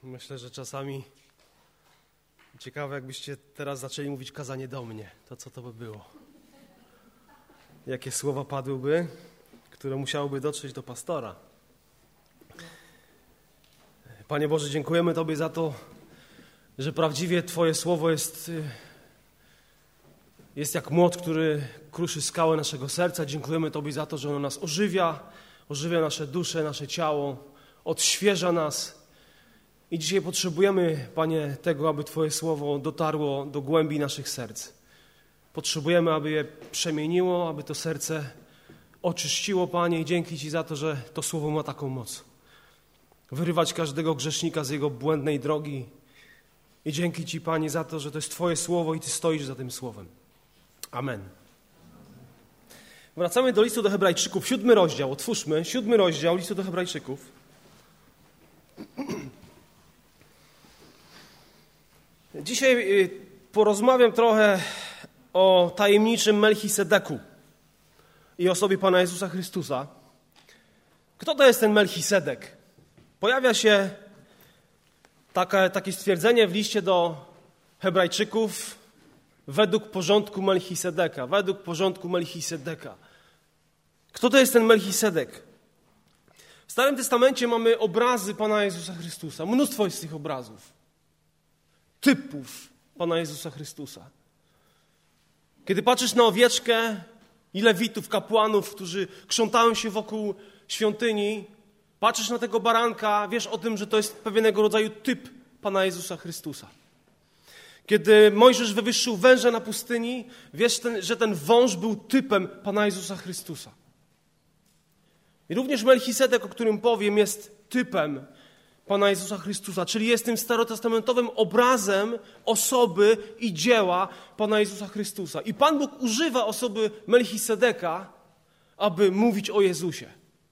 Myślę, że czasami ciekawe, jakbyście teraz zaczęli mówić kazanie do mnie. To co to by było? Jakie słowa padłyby, które musiałyby dotrzeć do pastora? Panie Boże, dziękujemy Tobie za to, że prawdziwie Twoje słowo jest jak młot, który kruszy skałę naszego serca. Dziękujemy Tobie za to, że ono nas ożywia nasze dusze, nasze ciało, odświeża nas. I dzisiaj potrzebujemy, Panie, tego, aby Twoje słowo dotarło do głębi naszych serc. Potrzebujemy, aby je przemieniło, aby to serce oczyściło, Panie, i dzięki Ci za to, że to słowo ma taką moc. Wyrywać każdego grzesznika z jego błędnej drogi. I dzięki Ci, Panie, za to, że to jest Twoje słowo i Ty stoisz za tym słowem. Amen. Wracamy do listu do Hebrajczyków, 7 rozdział. Otwórzmy 7 rozdział listu do Hebrajczyków. Dzisiaj porozmawiam trochę o tajemniczym Melchisedeku i osobie Pana Jezusa Chrystusa. Kto to jest ten Melchisedek? Pojawia się takie stwierdzenie w liście do Hebrajczyków według porządku Melchisedeka. Według porządku Melchisedeka. Kto to jest ten Melchisedek? W Starym Testamencie mamy obrazy Pana Jezusa Chrystusa. Mnóstwo jest tych obrazów. Typów Pana Jezusa Chrystusa. Kiedy patrzysz na owieczkę i lewitów, kapłanów, którzy krzątają się wokół świątyni, patrzysz na tego baranka, wiesz o tym, że to jest pewnego rodzaju typ Pana Jezusa Chrystusa. Kiedy Mojżesz wywyższył węża na pustyni, wiesz, że ten wąż był typem Pana Jezusa Chrystusa. I również Melchisedek, o którym powiem, jest typem Pana Jezusa Chrystusa, czyli jest tym starotestamentowym obrazem osoby i dzieła Pana Jezusa Chrystusa. I Pan Bóg używa osoby Melchisedeka, aby mówić o Jezusie.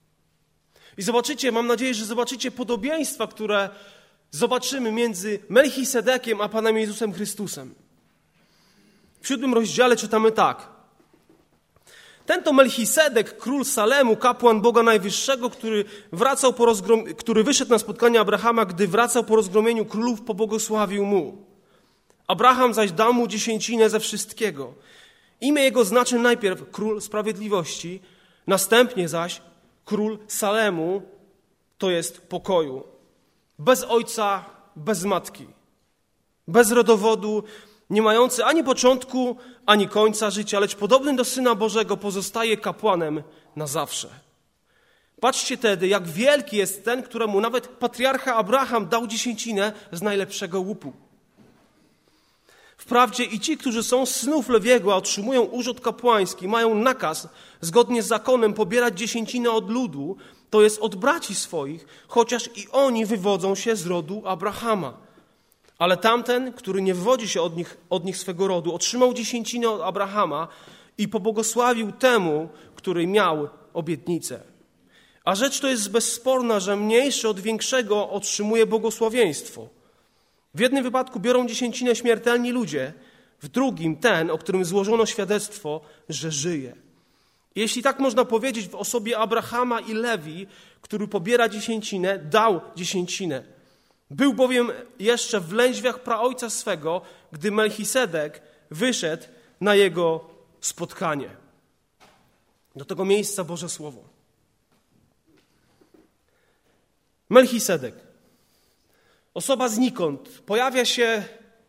I zobaczycie, mam nadzieję, że zobaczycie podobieństwa, które zobaczymy między Melchisedekiem a Panem Jezusem Chrystusem. W 7 rozdziale czytamy tak. Ten to Melchisedek, król Salemu, kapłan Boga Najwyższego, który wyszedł na spotkanie Abrahama, gdy wracał po rozgromieniu królów, pobłogosławił mu. Abraham zaś dał mu dziesięcinę ze wszystkiego. Imię jego znaczy najpierw król sprawiedliwości, następnie zaś król Salemu, to jest pokoju. Bez ojca, bez matki, bez rodowodu, nie mający ani początku, ani końca życia, lecz podobny do Syna Bożego pozostaje kapłanem na zawsze. Patrzcie tedy, jak wielki jest ten, któremu nawet patriarcha Abraham dał dziesięcinę z najlepszego łupu. Wprawdzie i ci, którzy są z synów Lewiego, a otrzymują urząd kapłański, mają nakaz zgodnie z zakonem pobierać dziesięcinę od ludu, to jest od braci swoich, chociaż i oni wywodzą się z rodu Abrahama. Ale tamten, który nie wywodzi się od nich swego rodu, otrzymał dziesięcinę od Abrahama i pobłogosławił temu, który miał obietnicę. A rzecz to jest bezsporna, że mniejszy od większego otrzymuje błogosławieństwo. W jednym wypadku biorą dziesięcinę śmiertelni ludzie, w drugim ten, o którym złożono świadectwo, że żyje. Jeśli tak można powiedzieć, w osobie Abrahama i Lewi, który pobiera dziesięcinę, dał dziesięcinę. Był bowiem jeszcze w lędźwiach praojca swego, gdy Melchisedek wyszedł na jego spotkanie. Do tego miejsca Boże Słowo. Melchisedek. Osoba znikąd. Pojawia się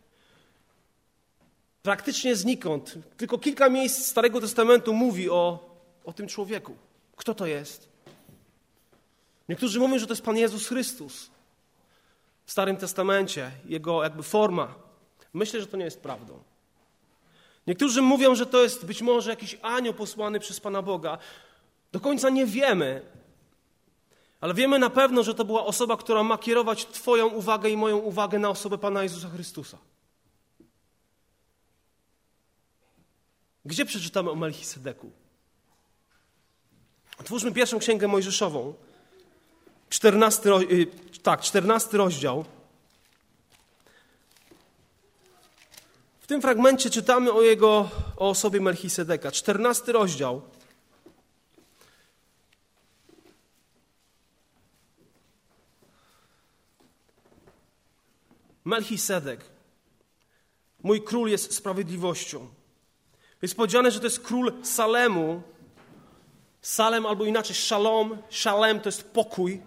praktycznie znikąd. Tylko kilka miejsc Starego Testamentu mówi o tym człowieku. Kto to jest? Niektórzy mówią, że to jest Pan Jezus Chrystus. W Starym Testamencie, jego jakby forma. Myślę, że to nie jest prawdą. Niektórzy mówią, że to jest być może jakiś anioł posłany przez Pana Boga. Do końca nie wiemy, ale wiemy na pewno, że to była osoba, która ma kierować Twoją uwagę i moją uwagę na osobę Pana Jezusa Chrystusa. Gdzie przeczytamy o Melchisedeku? Otwórzmy pierwszą księgę Mojżeszową. 14 rozdział. W tym fragmencie czytamy o osobie Melchisedeka. 14 rozdział. Melchisedek. Mój król jest sprawiedliwością. Jest powiedziane, że to jest król Salemu. Salem albo inaczej Shalom. Shalem to jest pokój.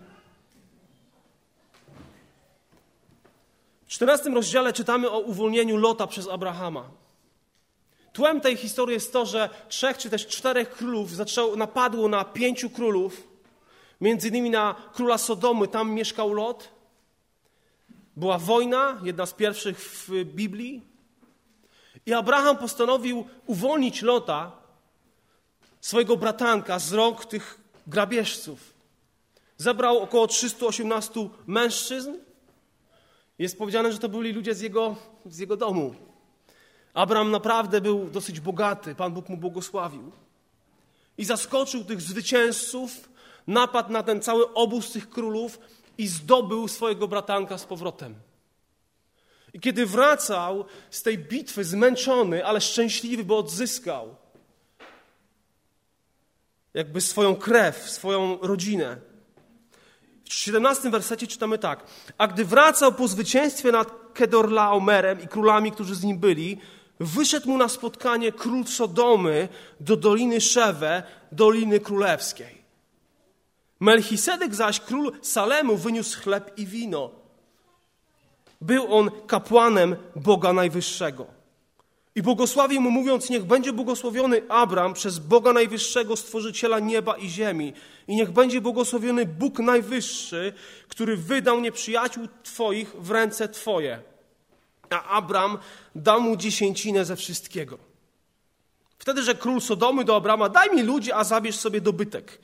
W 14 rozdziale czytamy o uwolnieniu Lota przez Abrahama. Tłem tej historii jest to, że 3 czy też 4 królów napadło na 5 królów, między innymi na króla Sodomy, tam mieszkał Lot. Była wojna, jedna z pierwszych w Biblii. I Abraham postanowił uwolnić Lota, swojego bratanka, z rąk tych grabieżców. Zebrał około 318 mężczyzn. Jest powiedziane, że to byli ludzie z jego domu. Abraham naprawdę był dosyć bogaty, Pan Bóg mu błogosławił. I zaskoczył tych zwycięzców, napadł na ten cały obóz tych królów i zdobył swojego bratanka z powrotem. I kiedy wracał z tej bitwy zmęczony, ale szczęśliwy, bo odzyskał jakby swoją krew, swoją rodzinę. W 17 wersecie czytamy tak. A gdy wracał po zwycięstwie nad Kedorlaomerem i królami, którzy z nim byli, wyszedł mu na spotkanie król Sodomy do Doliny Szewe, Doliny Królewskiej. Melchisedek zaś, król Salemu, wyniósł chleb i wino. Był on kapłanem Boga Najwyższego. I błogosławił mu, mówiąc, niech będzie błogosławiony Abram przez Boga Najwyższego, Stworzyciela nieba i ziemi. I niech będzie błogosławiony Bóg Najwyższy, który wydał nieprzyjaciół Twoich w ręce Twoje. A Abram dał mu 10 ze wszystkiego. Wtedy rzekł król Sodomy do Abrama, daj mi ludzi, a zabierz sobie dobytek.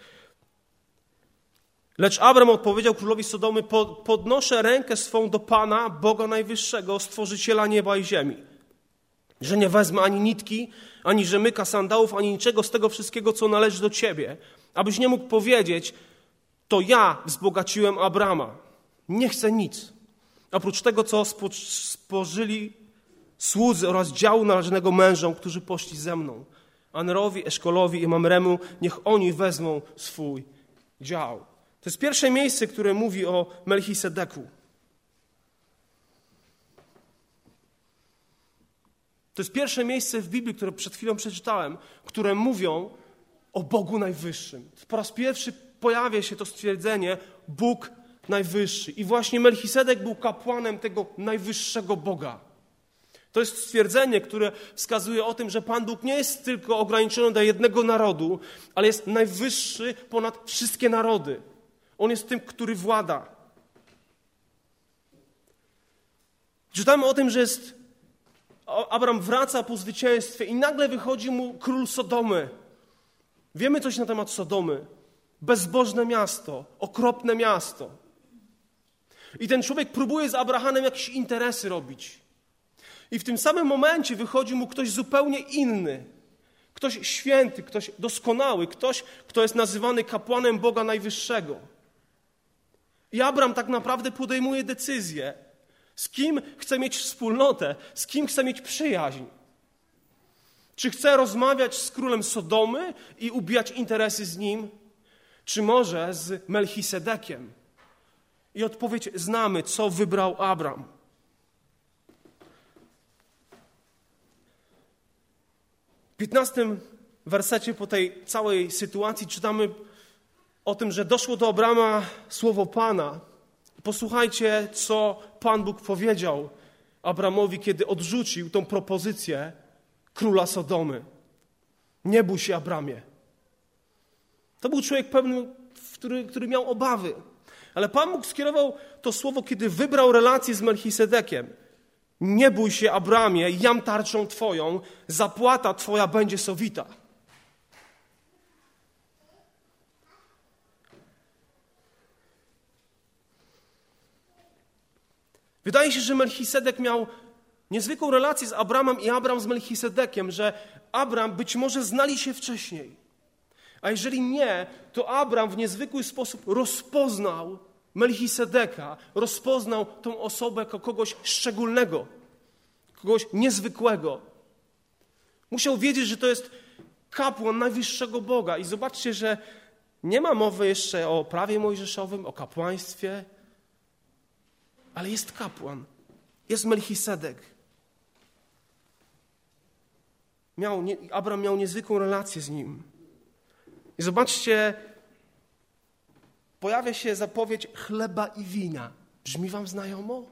Lecz Abram odpowiedział królowi Sodomy, podnoszę rękę swą do Pana, Boga Najwyższego, Stworzyciela nieba i ziemi, że nie wezmę ani nitki, ani rzemyka sandałów, ani niczego z tego wszystkiego, co należy do Ciebie, abyś nie mógł powiedzieć, to ja wzbogaciłem Abrama. Nie chcę nic, oprócz tego, co spożyli słudzy oraz działu należnego mężom, którzy poszli ze mną. Anerowi, Eszkolowi i Mamremu, niech oni wezmą swój dział. To jest pierwsze miejsce, które mówi o Melchisedeku. To jest pierwsze miejsce w Biblii, które przed chwilą przeczytałem, które mówią o Bogu Najwyższym. Po raz pierwszy pojawia się to stwierdzenie Bóg Najwyższy. I właśnie Melchisedek był kapłanem tego najwyższego Boga. To jest stwierdzenie, które wskazuje o tym, że Pan Bóg nie jest tylko ograniczony do jednego narodu, ale jest najwyższy ponad wszystkie narody. On jest tym, który włada. Czytamy o tym, że Abram wraca po zwycięstwie i nagle wychodzi mu król Sodomy. Wiemy coś na temat Sodomy. Bezbożne miasto, okropne miasto. I ten człowiek próbuje z Abrahamem jakieś interesy robić. I w tym samym momencie wychodzi mu ktoś zupełnie inny. Ktoś święty, ktoś doskonały, ktoś, kto jest nazywany kapłanem Boga Najwyższego. I Abram tak naprawdę podejmuje decyzję, z kim chce mieć wspólnotę, z kim chce mieć przyjaźń. Czy chce rozmawiać z królem Sodomy i ubijać interesy z nim, czy może z Melchisedekiem? I odpowiedź znamy, co wybrał Abram. W 15 wersecie po tej całej sytuacji czytamy o tym, że doszło do Abrama słowo Pana. Posłuchajcie, co Pan Bóg powiedział Abramowi, kiedy odrzucił tą propozycję króla Sodomy. Nie bój się, Abramie. To był człowiek pewny, który miał obawy. Ale Pan Bóg skierował to słowo, kiedy wybrał relację z Melchisedekiem. Nie bój się, Abramie, jam tarczą Twoją, zapłata Twoja będzie sowita. Wydaje się, że Melchisedek miał niezwykłą relację z Abramem i Abram z Melchisedekiem, że Abram być może znali się wcześniej. A jeżeli nie, to Abram w niezwykły sposób rozpoznał Melchisedeka, rozpoznał tą osobę jako kogoś szczególnego, kogoś niezwykłego. Musiał wiedzieć, że to jest kapłan najwyższego Boga. I zobaczcie, że nie ma mowy jeszcze o prawie mojżeszowym, o kapłaństwie, ale jest kapłan. Jest Melchisedek. Abraham miał niezwykłą relację z nim. I zobaczcie, pojawia się zapowiedź chleba i wina. Brzmi wam znajomo?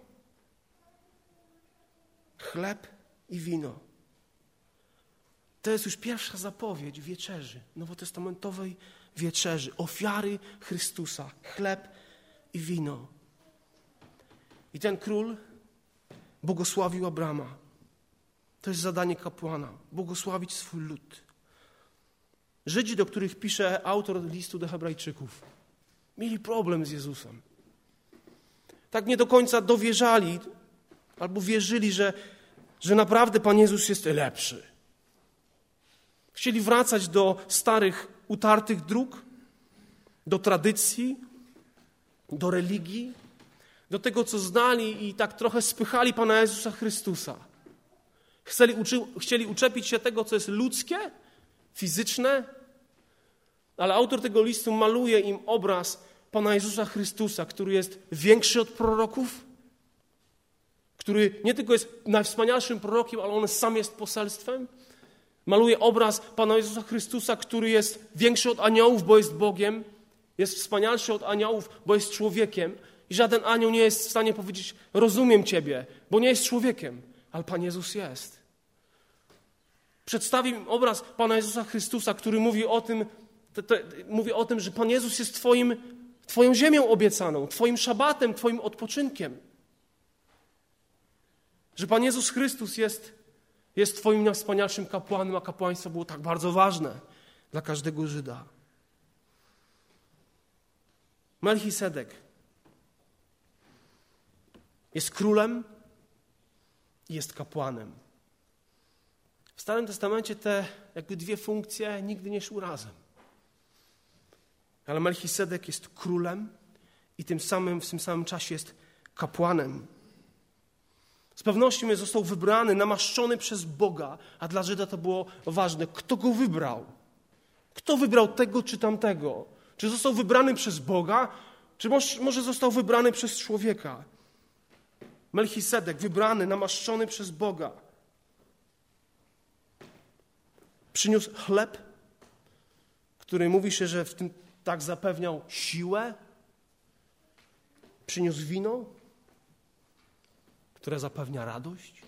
Chleb i wino. To jest już pierwsza zapowiedź wieczerzy, nowotestamentowej wieczerzy, ofiary Chrystusa. Chleb i wino. I ten król błogosławił Abrama. To jest zadanie kapłana. Błogosławić swój lud. Żydzi, do których pisze autor listu do Hebrajczyków, mieli problem z Jezusem. Tak nie do końca dowierzali albo wierzyli, że naprawdę Pan Jezus jest lepszy. Chcieli wracać do starych, utartych dróg, do tradycji, do religii, do tego, co znali i tak trochę spychali Pana Jezusa Chrystusa. Chcieli uczepić się tego, co jest ludzkie, fizyczne, ale autor tego listu maluje im obraz Pana Jezusa Chrystusa, który jest większy od proroków, który nie tylko jest najwspanialszym prorokiem, ale on sam jest poselstwem. Maluje obraz Pana Jezusa Chrystusa, który jest większy od aniołów, bo jest Bogiem, jest wspanialszy od aniołów, bo jest człowiekiem. I żaden anioł nie jest w stanie powiedzieć: rozumiem Ciebie, bo nie jest człowiekiem, ale Pan Jezus jest. Przedstawi im obraz Pana Jezusa Chrystusa, który mówi o tym, że Pan Jezus jest Twoją ziemią obiecaną, Twoim szabatem, Twoim odpoczynkiem. Że Pan Jezus Chrystus jest Twoim najwspanialszym kapłanem, a kapłaństwo było tak bardzo ważne dla każdego Żyda. Melchisedek jest królem i jest kapłanem. W Starym Testamencie te jakby dwie funkcje nigdy nie szły razem. Ale Melchisedek jest królem i w tym samym czasie jest kapłanem. Z pewnością został wybrany, namaszczony przez Boga, a dla Żyda to było ważne. Kto go wybrał? Kto wybrał tego czy tamtego? Czy został wybrany przez Boga, czy może został wybrany przez człowieka? Melchisedek, wybrany, namaszczony przez Boga. Przyniósł chleb, który mówi się, że w tym tak zapewniał siłę. Przyniósł wino, które zapewnia radość.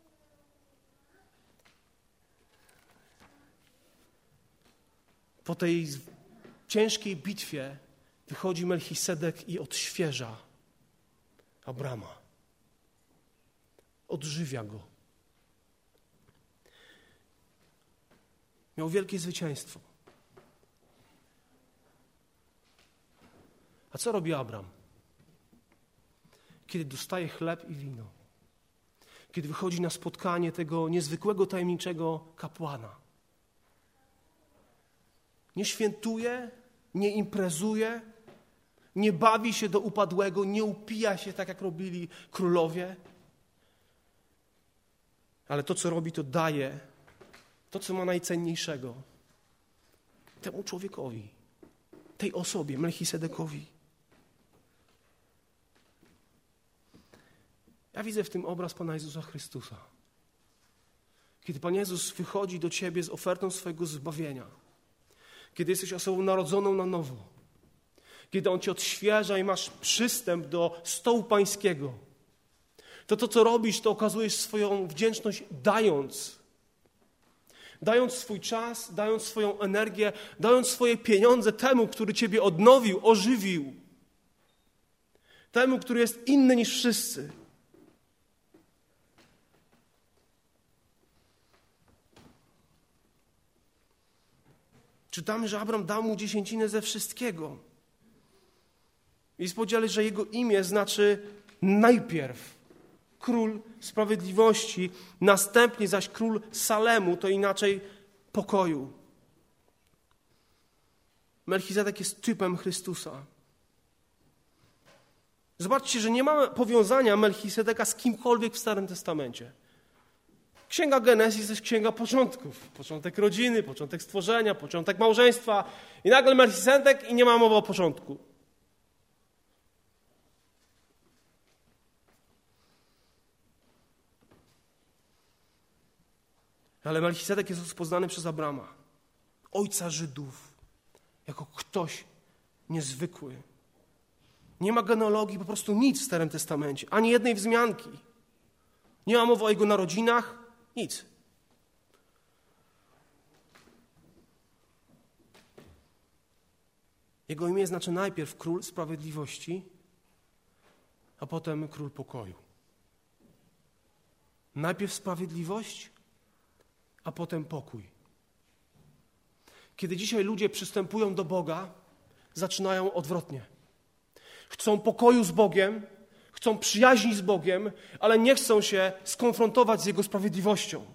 Po tej ciężkiej bitwie wychodzi Melchisedek i odświeża Abrama. Odżywia go. Miał wielkie zwycięstwo. A co robi Abram? Kiedy dostaje chleb i wino. Kiedy wychodzi na spotkanie tego niezwykłego, tajemniczego kapłana. Nie świętuje, nie imprezuje, nie bawi się do upadłego, nie upija się tak, jak robili królowie. Ale to, co robi, to daje to, co ma najcenniejszego temu człowiekowi, tej osobie, Melchisedekowi. Ja widzę w tym obraz Pana Jezusa Chrystusa. Kiedy Pan Jezus wychodzi do ciebie z ofertą swojego zbawienia, kiedy jesteś osobą narodzoną na nowo, kiedy On cię odświeża i masz przystęp do stołu pańskiego, to co robisz, to okazujesz swoją wdzięczność dając swój czas, dając swoją energię, dając swoje pieniądze temu, który ciebie odnowił, ożywił. Temu, który jest inny niż wszyscy. Czytamy, że Abram dał mu dziesięcinę ze wszystkiego. I spodziewali, że jego imię znaczy najpierw król sprawiedliwości, następnie zaś król Salemu, to inaczej pokoju. Melchizedek jest typem Chrystusa. Zobaczcie, że nie ma powiązania Melchizedeka z kimkolwiek w Starym Testamencie. Księga Genezis to jest księga początków. Początek rodziny, początek stworzenia, początek małżeństwa. I nagle Melchizedek i nie ma mowy o początku. Ale Melchisedek jest rozpoznany przez Abrama, ojca Żydów, jako ktoś niezwykły. Nie ma genealogii, po prostu nic w Starym Testamencie, ani jednej wzmianki. Nie ma mowy o jego narodzinach, nic. Jego imię znaczy najpierw Król Sprawiedliwości, a potem Król Pokoju. Najpierw sprawiedliwość, a potem pokój. Kiedy dzisiaj ludzie przystępują do Boga, zaczynają odwrotnie. Chcą pokoju z Bogiem, chcą przyjaźni z Bogiem, ale nie chcą się skonfrontować z Jego sprawiedliwością.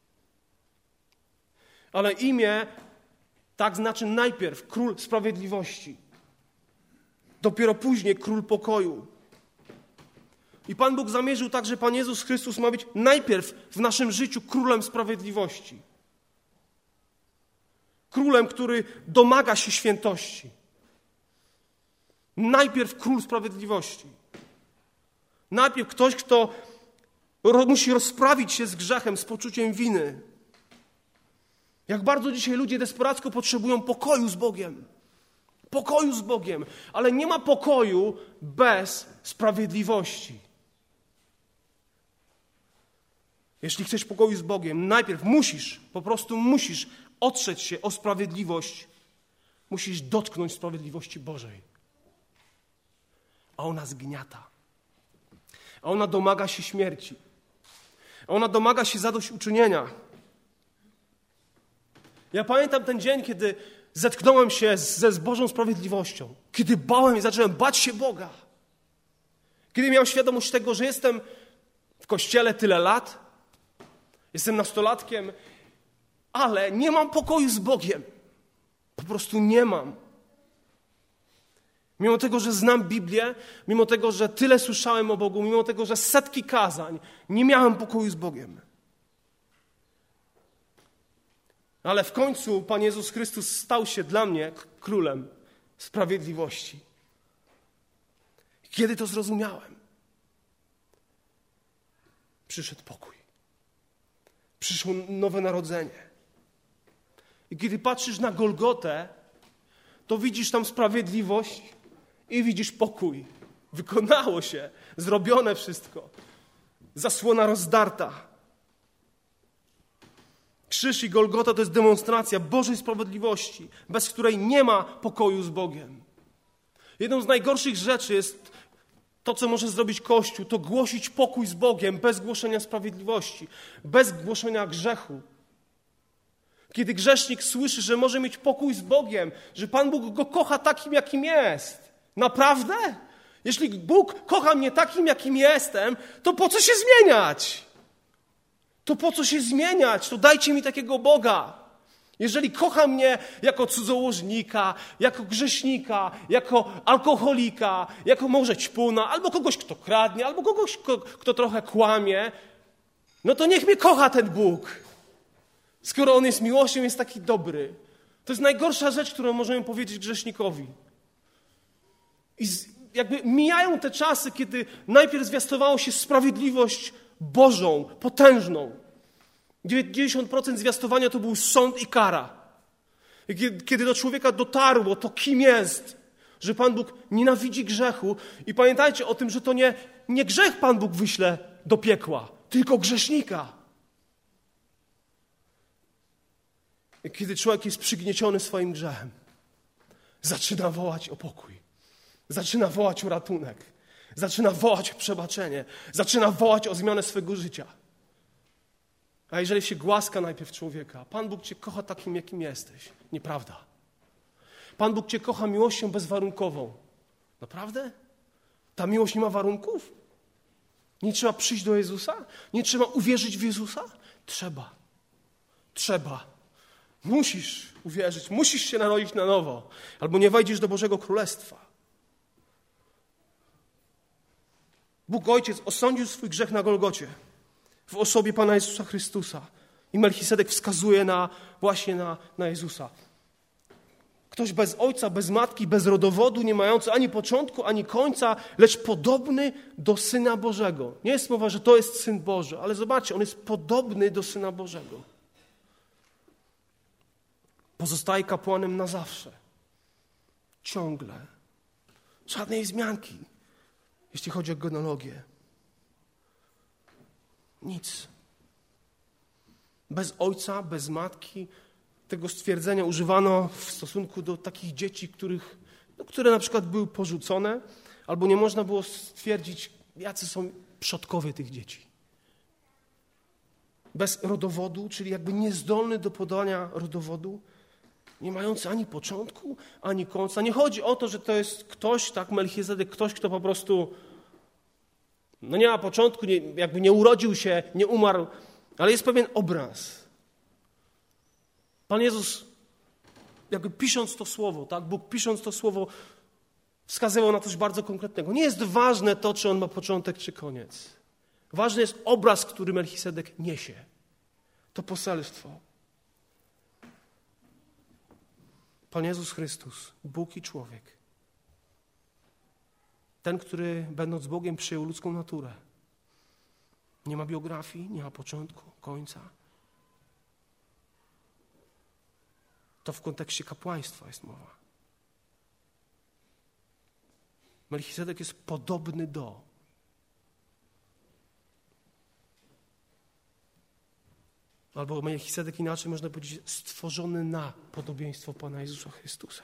Ale imię tak znaczy najpierw Król Sprawiedliwości, dopiero później Król Pokoju. I Pan Bóg zamierzył tak, że Pan Jezus Chrystus ma być najpierw w naszym życiu Królem Sprawiedliwości. Królem, który domaga się świętości. Najpierw Król Sprawiedliwości. Najpierw ktoś, kto musi rozprawić się z grzechem, z poczuciem winy. Jak bardzo dzisiaj ludzie desperacko potrzebują pokoju z Bogiem. Pokoju z Bogiem. Ale nie ma pokoju bez sprawiedliwości. Jeśli chcesz pokoju z Bogiem, najpierw po prostu musisz otrzeć się o sprawiedliwość. Musisz dotknąć sprawiedliwości Bożej. A ona zgniata. A ona domaga się śmierci. A ona domaga się zadośćuczynienia. Ja pamiętam ten dzień, kiedy zetknąłem się z Bożą sprawiedliwością. Kiedy bałem i zacząłem bać się Boga. Kiedy miałem świadomość tego, że jestem w kościele tyle lat, jestem nastolatkiem, ale nie mam pokoju z Bogiem. Po prostu nie mam. Mimo tego, że znam Biblię, mimo tego, że tyle słyszałem o Bogu, mimo tego, że setki kazań, nie miałem pokoju z Bogiem. Ale w końcu Pan Jezus Chrystus stał się dla mnie Królem Sprawiedliwości. Kiedy to zrozumiałem? Przyszedł pokój. Przyszło nowe narodzenie. I kiedy patrzysz na Golgotę, to widzisz tam sprawiedliwość i widzisz pokój. Wykonało się, zrobione wszystko. Zasłona rozdarta. Krzyż i Golgota to jest demonstracja Bożej sprawiedliwości, bez której nie ma pokoju z Bogiem. Jedną z najgorszych rzeczy jest to, co może zrobić Kościół, to głosić pokój z Bogiem bez głoszenia sprawiedliwości, bez głoszenia grzechu. Kiedy grzesznik słyszy, że może mieć pokój z Bogiem, że Pan Bóg go kocha takim, jakim jest. Naprawdę? Jeśli Bóg kocha mnie takim, jakim jestem, to po co się zmieniać? To po co się zmieniać? To dajcie mi takiego Boga. Jeżeli kocha mnie jako cudzołożnika, jako grzesznika, jako alkoholika, jako może ćpuna, albo kogoś, kto kradnie, albo kogoś, kto trochę kłamie, no to niech mnie kocha ten Bóg. Skoro On jest miłością, jest taki dobry. To jest najgorsza rzecz, którą możemy powiedzieć grzesznikowi. I jakby mijają te czasy, kiedy najpierw zwiastowało się sprawiedliwość Bożą, potężną. 90% zwiastowania to był sąd i kara. I kiedy do człowieka dotarło to, kim jest, że Pan Bóg nienawidzi grzechu. I pamiętajcie o tym, że to nie grzech Pan Bóg wyśle do piekła, tylko grzesznika. I kiedy człowiek jest przygnieciony swoim grzechem, zaczyna wołać o pokój, zaczyna wołać o ratunek, zaczyna wołać o przebaczenie, zaczyna wołać o zmianę swego życia. A jeżeli się głaska najpierw człowieka, Pan Bóg cię kocha takim, jakim jesteś. Nieprawda. Pan Bóg cię kocha miłością bezwarunkową. Naprawdę? Ta miłość nie ma warunków? Nie trzeba przyjść do Jezusa? Nie trzeba uwierzyć w Jezusa? Trzeba. Trzeba. Musisz uwierzyć, musisz się narodzić na nowo, albo nie wejdziesz do Bożego Królestwa. Bóg Ojciec osądził swój grzech na Golgocie w osobie Pana Jezusa Chrystusa. I Melchisedek wskazuje właśnie na Jezusa. Ktoś bez ojca, bez matki, bez rodowodu, nie mający ani początku, ani końca, lecz podobny do Syna Bożego. Nie jest mowa, że to jest Syn Boży, ale zobaczcie, On jest podobny do Syna Bożego. Pozostaje kapłanem na zawsze. Ciągle. Żadnej zmianki, jeśli chodzi o genealogię. Nic. Bez ojca, bez matki. Tego stwierdzenia używano w stosunku do takich dzieci, które na przykład były porzucone, albo nie można było stwierdzić, jacy są przodkowie tych dzieci. Bez rodowodu, czyli jakby niezdolny do podania rodowodu, nie mający ani początku, ani końca. Nie chodzi o to, że to jest ktoś, tak, Melchizedek, ktoś, kto po prostu nie ma początku, jakby nie urodził się, nie umarł, ale jest pewien obraz. Pan Jezus, jakby pisząc to słowo, tak, Bóg pisząc to słowo, wskazywał na coś bardzo konkretnego. Nie jest ważne to, czy on ma początek, czy koniec. Ważny jest obraz, który Melchizedek niesie. To poselstwo. Pan Jezus Chrystus, Bóg i człowiek. Ten, który będąc Bogiem przyjął ludzką naturę. Nie ma biografii, nie ma początku, końca. To w kontekście kapłaństwa jest mowa. Melchizedek jest podobny do. Albo Melchizedek inaczej można powiedzieć stworzony na podobieństwo Pana Jezusa Chrystusa.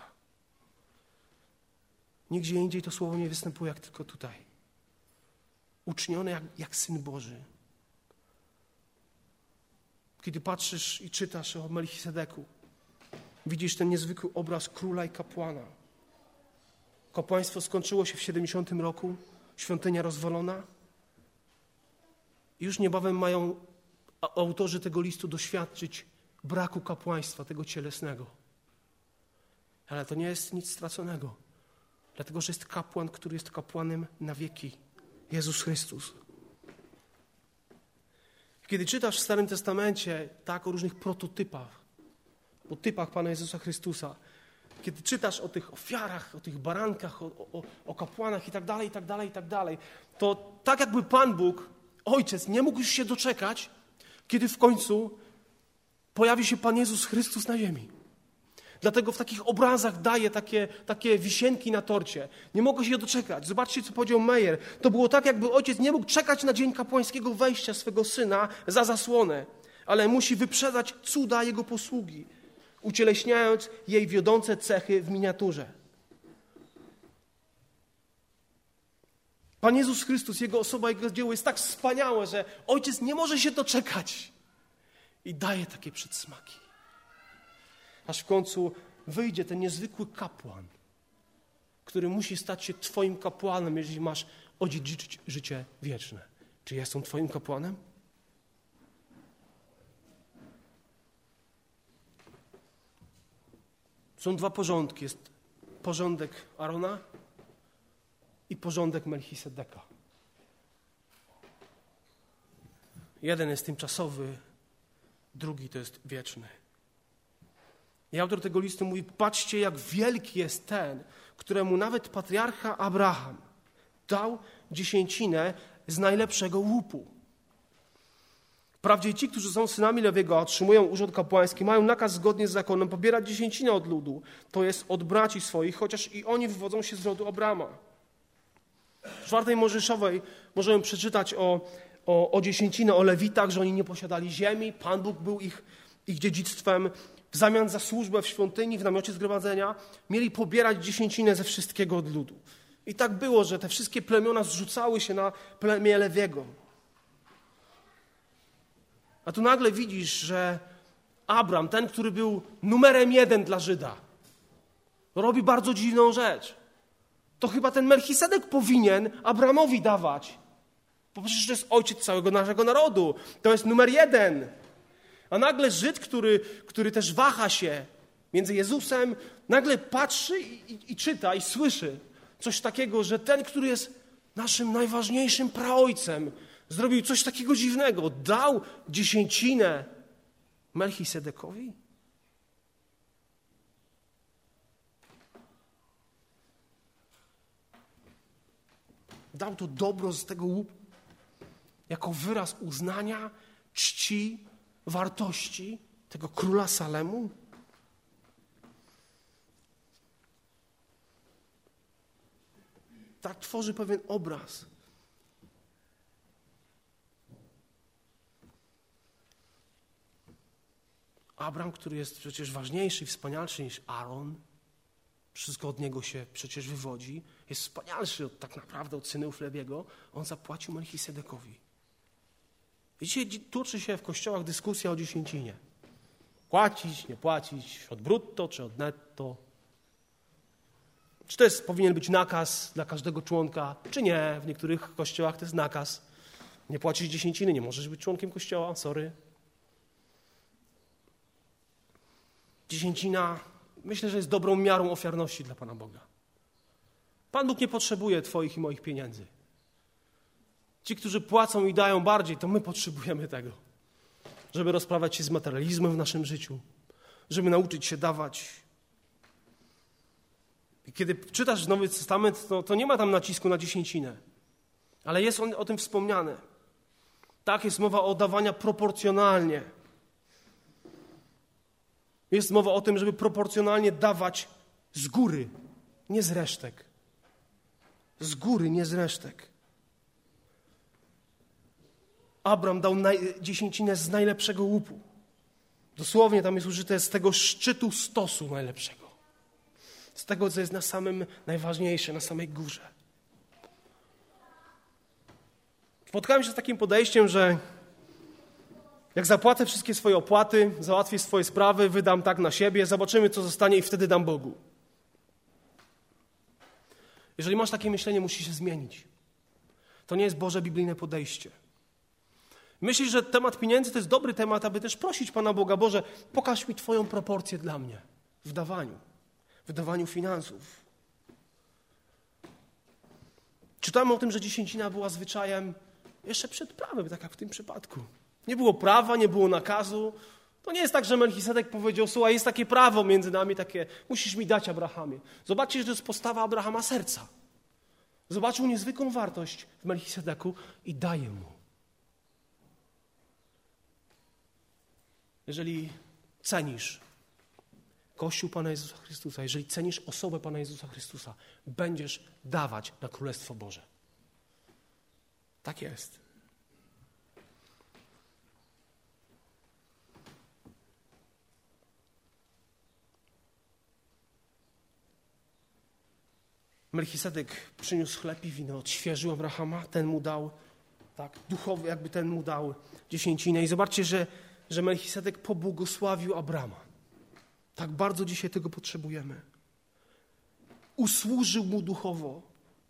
Nigdzie indziej to słowo nie występuje jak tylko tutaj. Uczniony jak Syn Boży. Kiedy patrzysz i czytasz o Melchisedeku, widzisz ten niezwykły obraz króla i kapłana. Kapłaństwo skończyło się w 70 roku, świątynia rozwalona. I już niebawem mają autorzy tego listu doświadczyć braku kapłaństwa, tego cielesnego. Ale to nie jest nic straconego, dlatego że jest kapłan, który jest kapłanem na wieki. Jezus Chrystus. Kiedy czytasz w Starym Testamencie tak o różnych prototypach, o typach Pana Jezusa Chrystusa, kiedy czytasz o tych ofiarach, o tych barankach, o kapłanach i tak dalej, to tak jakby Pan Bóg, Ojciec, nie mógł już się doczekać, kiedy w końcu pojawi się Pan Jezus Chrystus na ziemi. Dlatego w takich obrazach daje takie wisienki na torcie. Nie mogę się doczekać. Zobaczcie, co powiedział Meyer. To było tak, jakby ojciec nie mógł czekać na dzień kapłańskiego wejścia swego syna za zasłonę, ale musi wyprzedzać cuda jego posługi, ucieleśniając jej wiodące cechy w miniaturze. Pan Jezus Chrystus, Jego osoba, Jego dzieło jest tak wspaniałe, że Ojciec nie może się doczekać i daje takie przedsmaki. Aż w końcu wyjdzie ten niezwykły kapłan, który musi stać się Twoim kapłanem, jeżeli masz odziedziczyć życie wieczne. Czy ja jestem Twoim kapłanem? Są dwa porządki. Jest porządek Arona i porządek Melchisedeka. Jeden jest tymczasowy, drugi to jest wieczny. I autor tego listu mówi, patrzcie, jak wielki jest ten, któremu nawet patriarcha Abraham dał dziesięcinę z najlepszego łupu. Wprawdzie ci, którzy są synami Lewiego, otrzymują urząd kapłański, mają nakaz zgodnie z zakonem pobierać dziesięcinę od ludu, to jest od braci swoich, chociaż i oni wywodzą się z rodu Abrama. W 4 Mojżeszowej możemy przeczytać o dziesięcinę, o Lewitach, że oni nie posiadali ziemi, Pan Bóg był ich dziedzictwem. W zamian za służbę w świątyni, w namiocie zgromadzenia, mieli pobierać dziesięcinę ze wszystkiego od ludu. I tak było, że te wszystkie plemiona zrzucały się na plemię Lewiego. A tu nagle widzisz, że Abram, ten, który był numerem 1 dla Żyda, robi bardzo dziwną rzecz. To chyba ten Melchisedek powinien Abramowi dawać. Bo przecież to jest ojciec całego naszego narodu. To jest numer 1. A nagle Żyd, który też waha się między Jezusem, nagle patrzy i czyta i słyszy coś takiego, że ten, który jest naszym najważniejszym praojcem, zrobił coś takiego dziwnego. Dał dziesięcinę Melchisedekowi. Dał to dobro z tego łupu jako wyraz uznania, czci, wartości tego króla Salemu. tak tworzy pewien obraz. Abram, który jest przecież ważniejszy i wspanialszy niż Aaron, wszystko od niego się przecież wywodzi, jest wspanialszy tak naprawdę od synów Lewiego, on zapłacił Melchisedekowi. I dzisiaj toczy się w kościołach dyskusja o dziesięcinie. Płacić, nie płacić, od brutto czy od netto. Czy to powinien być nakaz dla każdego członka, czy nie. W niektórych kościołach to jest nakaz. Nie płacisz dziesięciny, nie możesz być członkiem kościoła, sorry. Dziesięcina, myślę, że jest dobrą miarą ofiarności dla Pana Boga. Pan Bóg nie potrzebuje twoich i moich pieniędzy. Ci, którzy płacą i dają bardziej, to my potrzebujemy tego, żeby rozprawiać się z materializmem w naszym życiu, żeby nauczyć się dawać. I kiedy czytasz Nowy Testament, to nie ma tam nacisku na dziesięcinę, ale jest o tym wspomniane. Tak, jest mowa o dawaniu proporcjonalnie. Jest mowa o tym, żeby proporcjonalnie dawać z góry, nie z resztek. Z góry, nie z resztek. Abram dał dziesięcinę z najlepszego łupu. Dosłownie tam jest użyte z tego szczytu stosu najlepszego. Z tego, co jest na samym najważniejsze, na samej górze. Spotkałem się z takim podejściem, że jak zapłacę wszystkie swoje opłaty, załatwię swoje sprawy, wydam tak na siebie, zobaczymy, co zostanie i wtedy dam Bogu. Jeżeli masz takie myślenie, musi się zmienić. To nie jest Boże biblijne podejście. Myślisz, że temat pieniędzy to jest dobry temat, aby też prosić Pana Boga, Boże, pokaż mi Twoją proporcję dla mnie w wydawaniu finansów. Czytamy o tym, że dziesięcina była zwyczajem jeszcze przed prawem, tak jak w tym przypadku. Nie było prawa, nie było nakazu. To nie jest tak, że Melchisedek powiedział, słuchaj, jest takie prawo między nami, takie, musisz mi dać, Abrahamie. Zobaczcie, że to jest postawa Abrahama serca. Zobaczył niezwykłą wartość w Melchisedeku i daje mu. Jeżeli cenisz Kościół Pana Jezusa Chrystusa, jeżeli cenisz osobę Pana Jezusa Chrystusa, będziesz dawać na Królestwo Boże. Tak jest. Melchisedek przyniósł chleb i wino, odświeżył Abrahama, ten mu dał, tak, duchowy jakby ten mu dał dziesięcinę. I zobaczcie, że Melchisedek pobłogosławił Abrama. Tak bardzo dzisiaj tego potrzebujemy. Usłużył mu duchowo.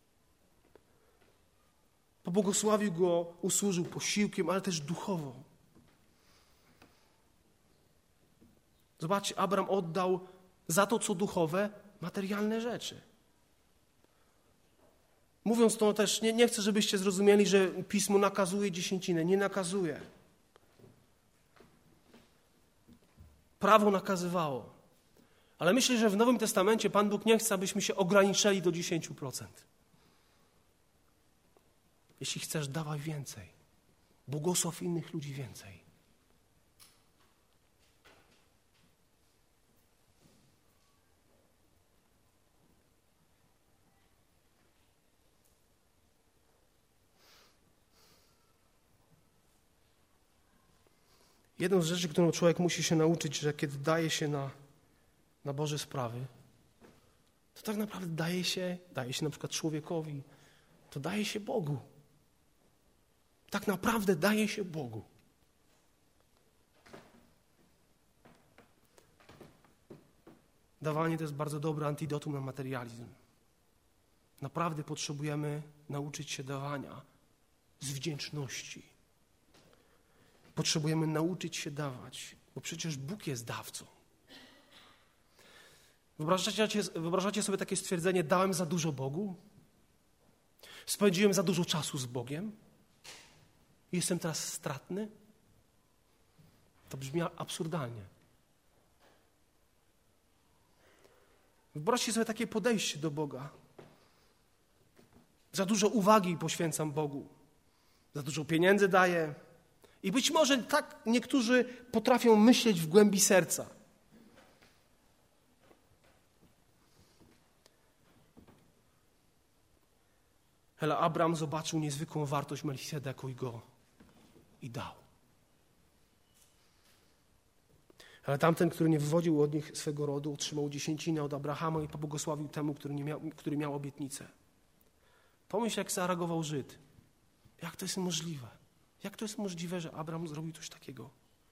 Pobłogosławił go, usłużył posiłkiem, ale też duchowo. Zobaczcie, Abram oddał za to, co duchowe, materialne rzeczy. Mówiąc to też, nie chcę, żebyście zrozumieli, że Pismo nakazuje dziesięcinę. Nie nakazuje. Prawo nakazywało. Ale myślę, że w Nowym Testamencie Pan Bóg nie chce, abyśmy się ograniczyli do 10%. Jeśli chcesz, dawaj więcej. Błogosław innych ludzi więcej. Jedną z rzeczy, którą człowiek musi się nauczyć, że kiedy daje się na Boże sprawy, to tak naprawdę daje się na przykład człowiekowi, to daje się Bogu. Tak naprawdę daje się Bogu. Dawanie to jest bardzo dobre antidotum na materializm. Naprawdę potrzebujemy nauczyć się dawania z wdzięczności. Potrzebujemy nauczyć się dawać, bo przecież Bóg jest dawcą. Wyobrażacie sobie takie stwierdzenie, dałem za dużo Bogu? Spędziłem za dużo czasu z Bogiem? I jestem teraz stratny? To brzmi absurdalnie. Wyobraźcie sobie takie podejście do Boga. Za dużo uwagi poświęcam Bogu. Za dużo pieniędzy daję. I być może tak niektórzy potrafią myśleć w głębi serca. Ale Abraham zobaczył niezwykłą wartość Melchisedeku i dał. Ale tamten, który nie wywodził od nich swego rodu, otrzymał dziesięcinę od Abrahama i pobłogosławił temu, który miał obietnicę. Pomyśl, jak zareagował Żyd. Jak to jest możliwe? Jak to jest możliwe, że Abraham zrobił coś takiego?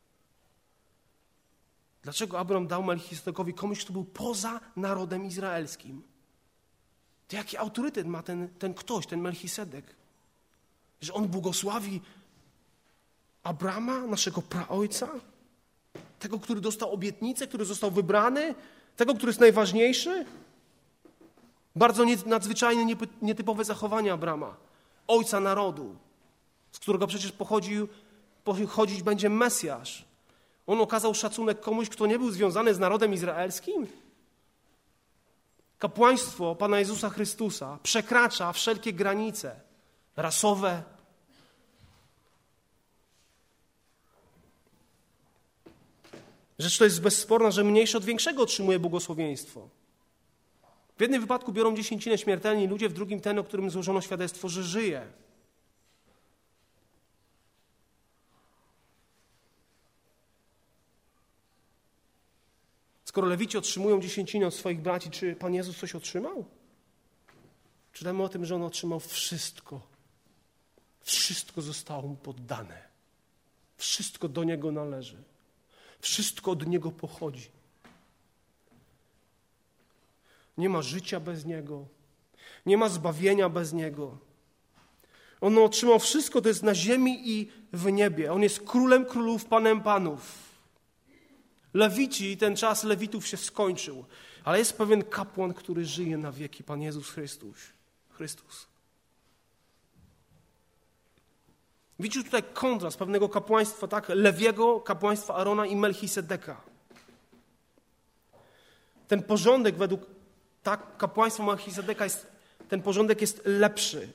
Dlaczego Abraham dał Melchisedekowi komuś, kto był poza narodem izraelskim? To jaki autorytet ma ten ktoś, ten Melchisedek? Że on błogosławi Abrama, naszego praojca? Tego, który dostał obietnicę, który został wybrany? Tego, który jest najważniejszy? Bardzo nadzwyczajne, nietypowe zachowanie Abrama, ojca narodu, z którego przecież pochodzić będzie Mesjasz. On okazał szacunek komuś, kto nie był związany z narodem izraelskim? Kapłaństwo Pana Jezusa Chrystusa przekracza wszelkie granice rasowe. Rzecz to jest bezsporna, że mniejszy od większego otrzymuje błogosławieństwo. W jednym wypadku biorą dziesięcinę śmiertelni ludzie, w drugim ten, o którym złożono świadectwo, że żyje. Skoro Lewici otrzymują dziesięcinę od swoich braci, czy Pan Jezus coś otrzymał? Czytamy o tym, że On otrzymał wszystko. Wszystko zostało Mu poddane. Wszystko do Niego należy. Wszystko od Niego pochodzi. Nie ma życia bez Niego. Nie ma zbawienia bez Niego. On otrzymał wszystko, to jest na ziemi i w niebie. On jest Królem Królów, Panem Panów. Lewici, ten czas Lewitów się skończył, ale jest pewien kapłan, który żyje na wieki, Pan Jezus Chrystus. Widzisz tutaj kontrast pewnego kapłaństwa, tak, Lewiego, kapłaństwa Arona i Melchisedeka. Ten porządek według kapłaństwa Melchisedeka ten porządek jest lepszy.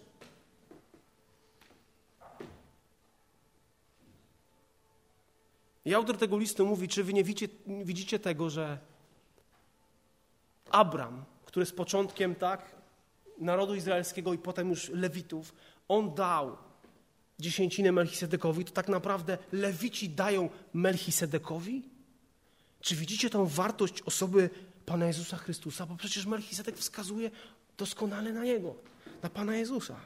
I autor tego listu mówi, czy wy nie widzicie tego, że Abram, który jest początkiem narodu izraelskiego i potem już Lewitów, on dał dziesięcinę Melchisedekowi, to tak naprawdę Lewici dają Melchisedekowi? Czy widzicie tą wartość osoby Pana Jezusa Chrystusa? Bo przecież Melchisedek wskazuje doskonale na Niego, na Pana Jezusa.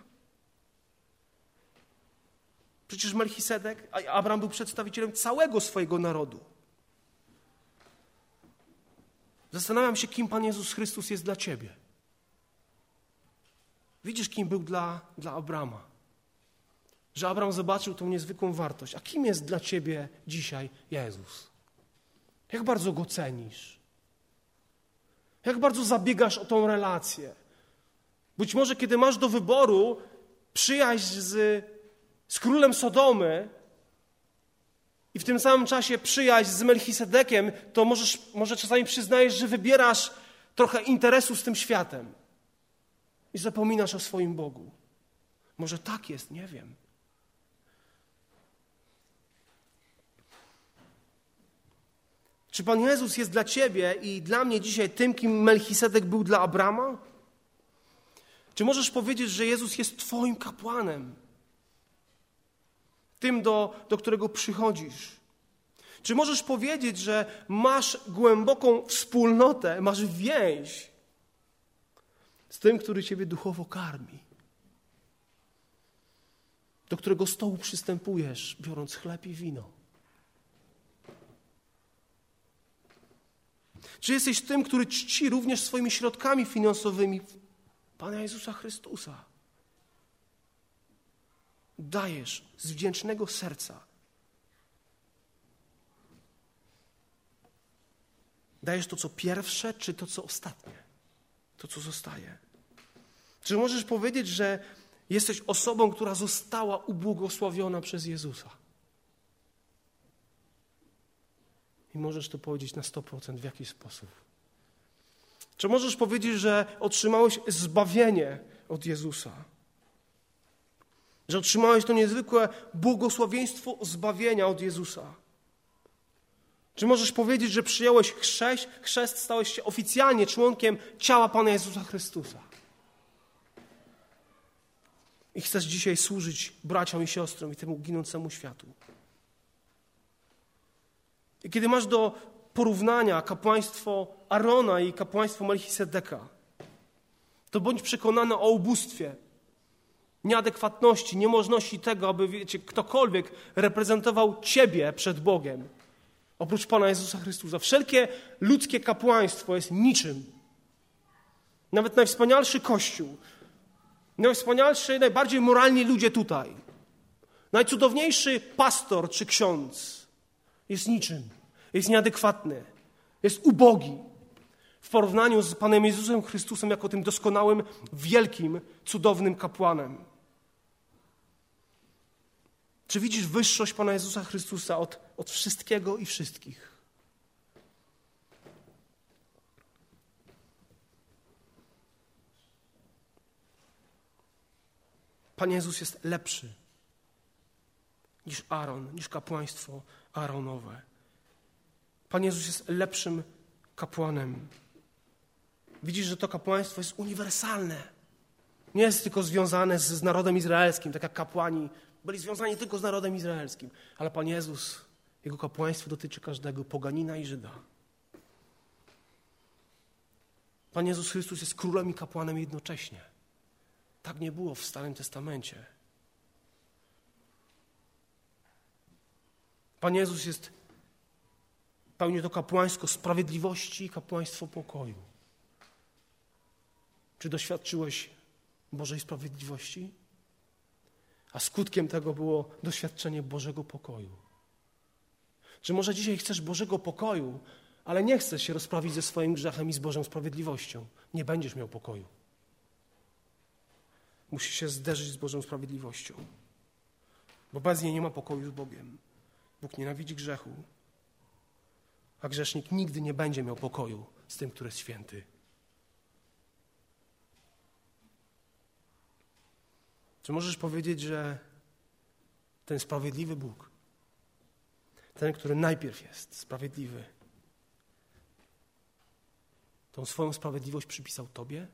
Przecież Melchisedek, a Abraham był przedstawicielem całego swojego narodu. Zastanawiam się, kim Pan Jezus Chrystus jest dla ciebie. Widzisz, kim był dla Abrama. Że Abraham zobaczył tą niezwykłą wartość. A kim jest dla ciebie dzisiaj Jezus? Jak bardzo Go cenisz? Jak bardzo zabiegasz o tą relację? Być może, kiedy masz do wyboru przyjaźń z królem Sodomy i w tym samym czasie przyjaźń z Melchisedekiem, to może czasami przyznajesz, że wybierasz trochę interesu z tym światem i zapominasz o swoim Bogu. Może tak jest, nie wiem. Czy Pan Jezus jest dla ciebie i dla mnie dzisiaj tym, kim Melchisedek był dla Abrama? Czy możesz powiedzieć, że Jezus jest twoim kapłanem? Tym, do którego przychodzisz. Czy możesz powiedzieć, że masz głęboką wspólnotę, masz więź z tym, który ciebie duchowo karmi? Do którego stołu przystępujesz, biorąc chleb i wino? Czy jesteś tym, który czci również swoimi środkami finansowymi Pana Jezusa Chrystusa? Dajesz z wdzięcznego serca. Dajesz to, co pierwsze, czy to, co ostatnie? To, co zostaje. Czy możesz powiedzieć, że jesteś osobą, która została ubłogosławiona przez Jezusa? I możesz to powiedzieć na 100%, w jaki sposób? Czy możesz powiedzieć, że otrzymałeś zbawienie od Jezusa? Że otrzymałeś to niezwykłe błogosławieństwo zbawienia od Jezusa? Czy możesz powiedzieć, że przyjąłeś chrzest, stałeś się oficjalnie członkiem ciała Pana Jezusa Chrystusa? I chcesz dzisiaj służyć braciom i siostrom i temu ginącemu światu. I kiedy masz do porównania kapłaństwo Arona i kapłaństwo Melchisedeka, to bądź przekonany o ubóstwie, nieadekwatności, niemożności tego, aby, wiecie, ktokolwiek reprezentował Ciebie przed Bogiem, oprócz Pana Jezusa Chrystusa. Wszelkie ludzkie kapłaństwo jest niczym. Nawet najwspanialszy Kościół, najwspanialszy, najbardziej moralni ludzie tutaj, najcudowniejszy pastor czy ksiądz jest niczym, jest nieadekwatny, jest ubogi w porównaniu z Panem Jezusem Chrystusem jako tym doskonałym, wielkim, cudownym kapłanem. Czy widzisz wyższość Pana Jezusa Chrystusa od wszystkiego i wszystkich? Pan Jezus jest lepszy niż Aaron, niż kapłaństwo Aaronowe. Pan Jezus jest lepszym kapłanem. Widzisz, że to kapłaństwo jest uniwersalne. Nie jest tylko związane z narodem izraelskim, tak jak kapłani byli związani tylko z narodem izraelskim. Ale Pan Jezus, Jego kapłaństwo dotyczy każdego, poganina i Żyda. Pan Jezus Chrystus jest królem i kapłanem jednocześnie. Tak nie było w Starym Testamencie. Pan Jezus jest, pełni to kapłaństwo sprawiedliwości i kapłaństwo pokoju. Czy doświadczyłeś Bożej sprawiedliwości? A skutkiem tego było doświadczenie Bożego pokoju. Czy może dzisiaj chcesz Bożego pokoju, ale nie chcesz się rozprawić ze swoim grzechem i z Bożą sprawiedliwością? Nie będziesz miał pokoju. Musisz się zderzyć z Bożą sprawiedliwością, bo bez niej nie ma pokoju z Bogiem. Bóg nienawidzi grzechu, a grzesznik nigdy nie będzie miał pokoju z tym, który jest święty. Czy możesz powiedzieć, że ten sprawiedliwy Bóg, ten, który najpierw jest sprawiedliwy, tą swoją sprawiedliwość przypisał Tobie?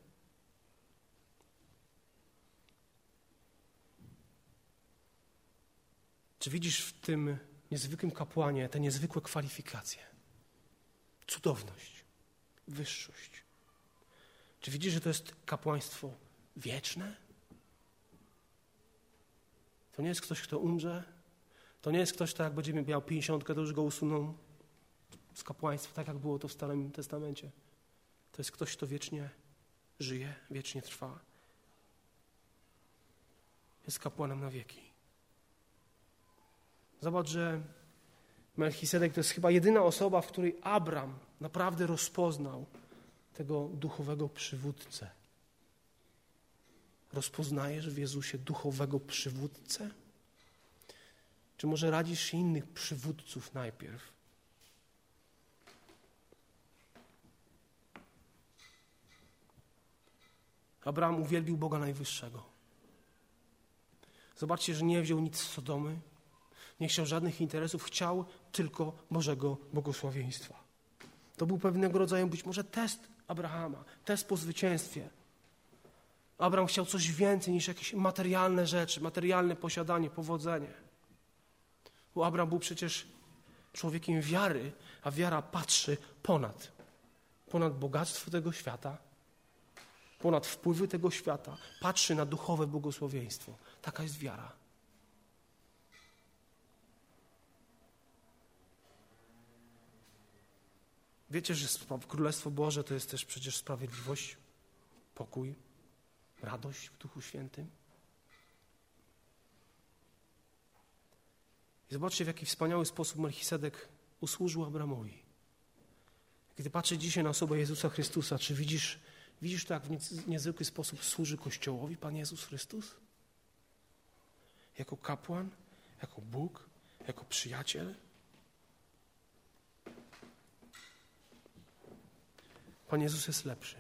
Czy widzisz w tym niezwykłym kapłanie te niezwykłe kwalifikacje? Cudowność, wyższość. Czy widzisz, że to jest kapłaństwo wieczne? To nie jest ktoś, kto umrze. To nie jest ktoś, kto jak będzie miał 50, to już go usuną z kapłaństwa, tak jak było to w Starym Testamencie. To jest ktoś, kto wiecznie żyje, wiecznie trwa. Jest kapłanem na wieki. Zobacz, że Melchisedek to jest chyba jedyna osoba, w której Abram naprawdę rozpoznał tego duchowego przywódcę. Rozpoznajesz w Jezusie duchowego przywódcę? Czy może radzisz się innych przywódców najpierw? Abraham uwielbił Boga Najwyższego. Zobaczcie, że nie wziął nic z Sodomy, nie chciał żadnych interesów, chciał tylko Bożego błogosławieństwa. To był pewnego rodzaju być może test Abrahama, test po zwycięstwie. Abraham chciał coś więcej niż jakieś materialne rzeczy, materialne posiadanie, powodzenie. Bo Abraham był przecież człowiekiem wiary, a wiara patrzy ponad bogactwo tego świata, ponad wpływy tego świata, patrzy na duchowe błogosławieństwo. Taka jest wiara. Wiecie, że Królestwo Boże to jest też przecież sprawiedliwość, pokój, radość w Duchu Świętym. I zobaczcie, w jaki wspaniały sposób Melchisedek usłużył Abramowi. Kiedy patrzę dzisiaj na osobę Jezusa Chrystusa, czy widzisz to, jak w niezwykły sposób służy Kościołowi Pan Jezus Chrystus? Jako kapłan, jako Bóg, jako przyjaciel. Pan Jezus jest lepszy.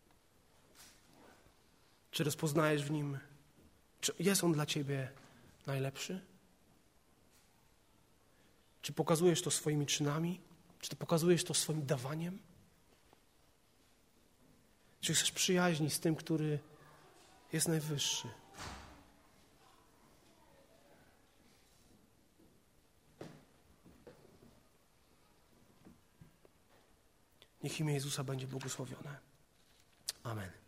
Czy rozpoznajesz w Nim, czy jest On dla Ciebie najlepszy? Czy pokazujesz to swoimi czynami? Czy to pokazujesz to swoim dawaniem? Czy chcesz przyjaźni z tym, który jest najwyższy? Niech imię Jezusa będzie błogosławione. Amen.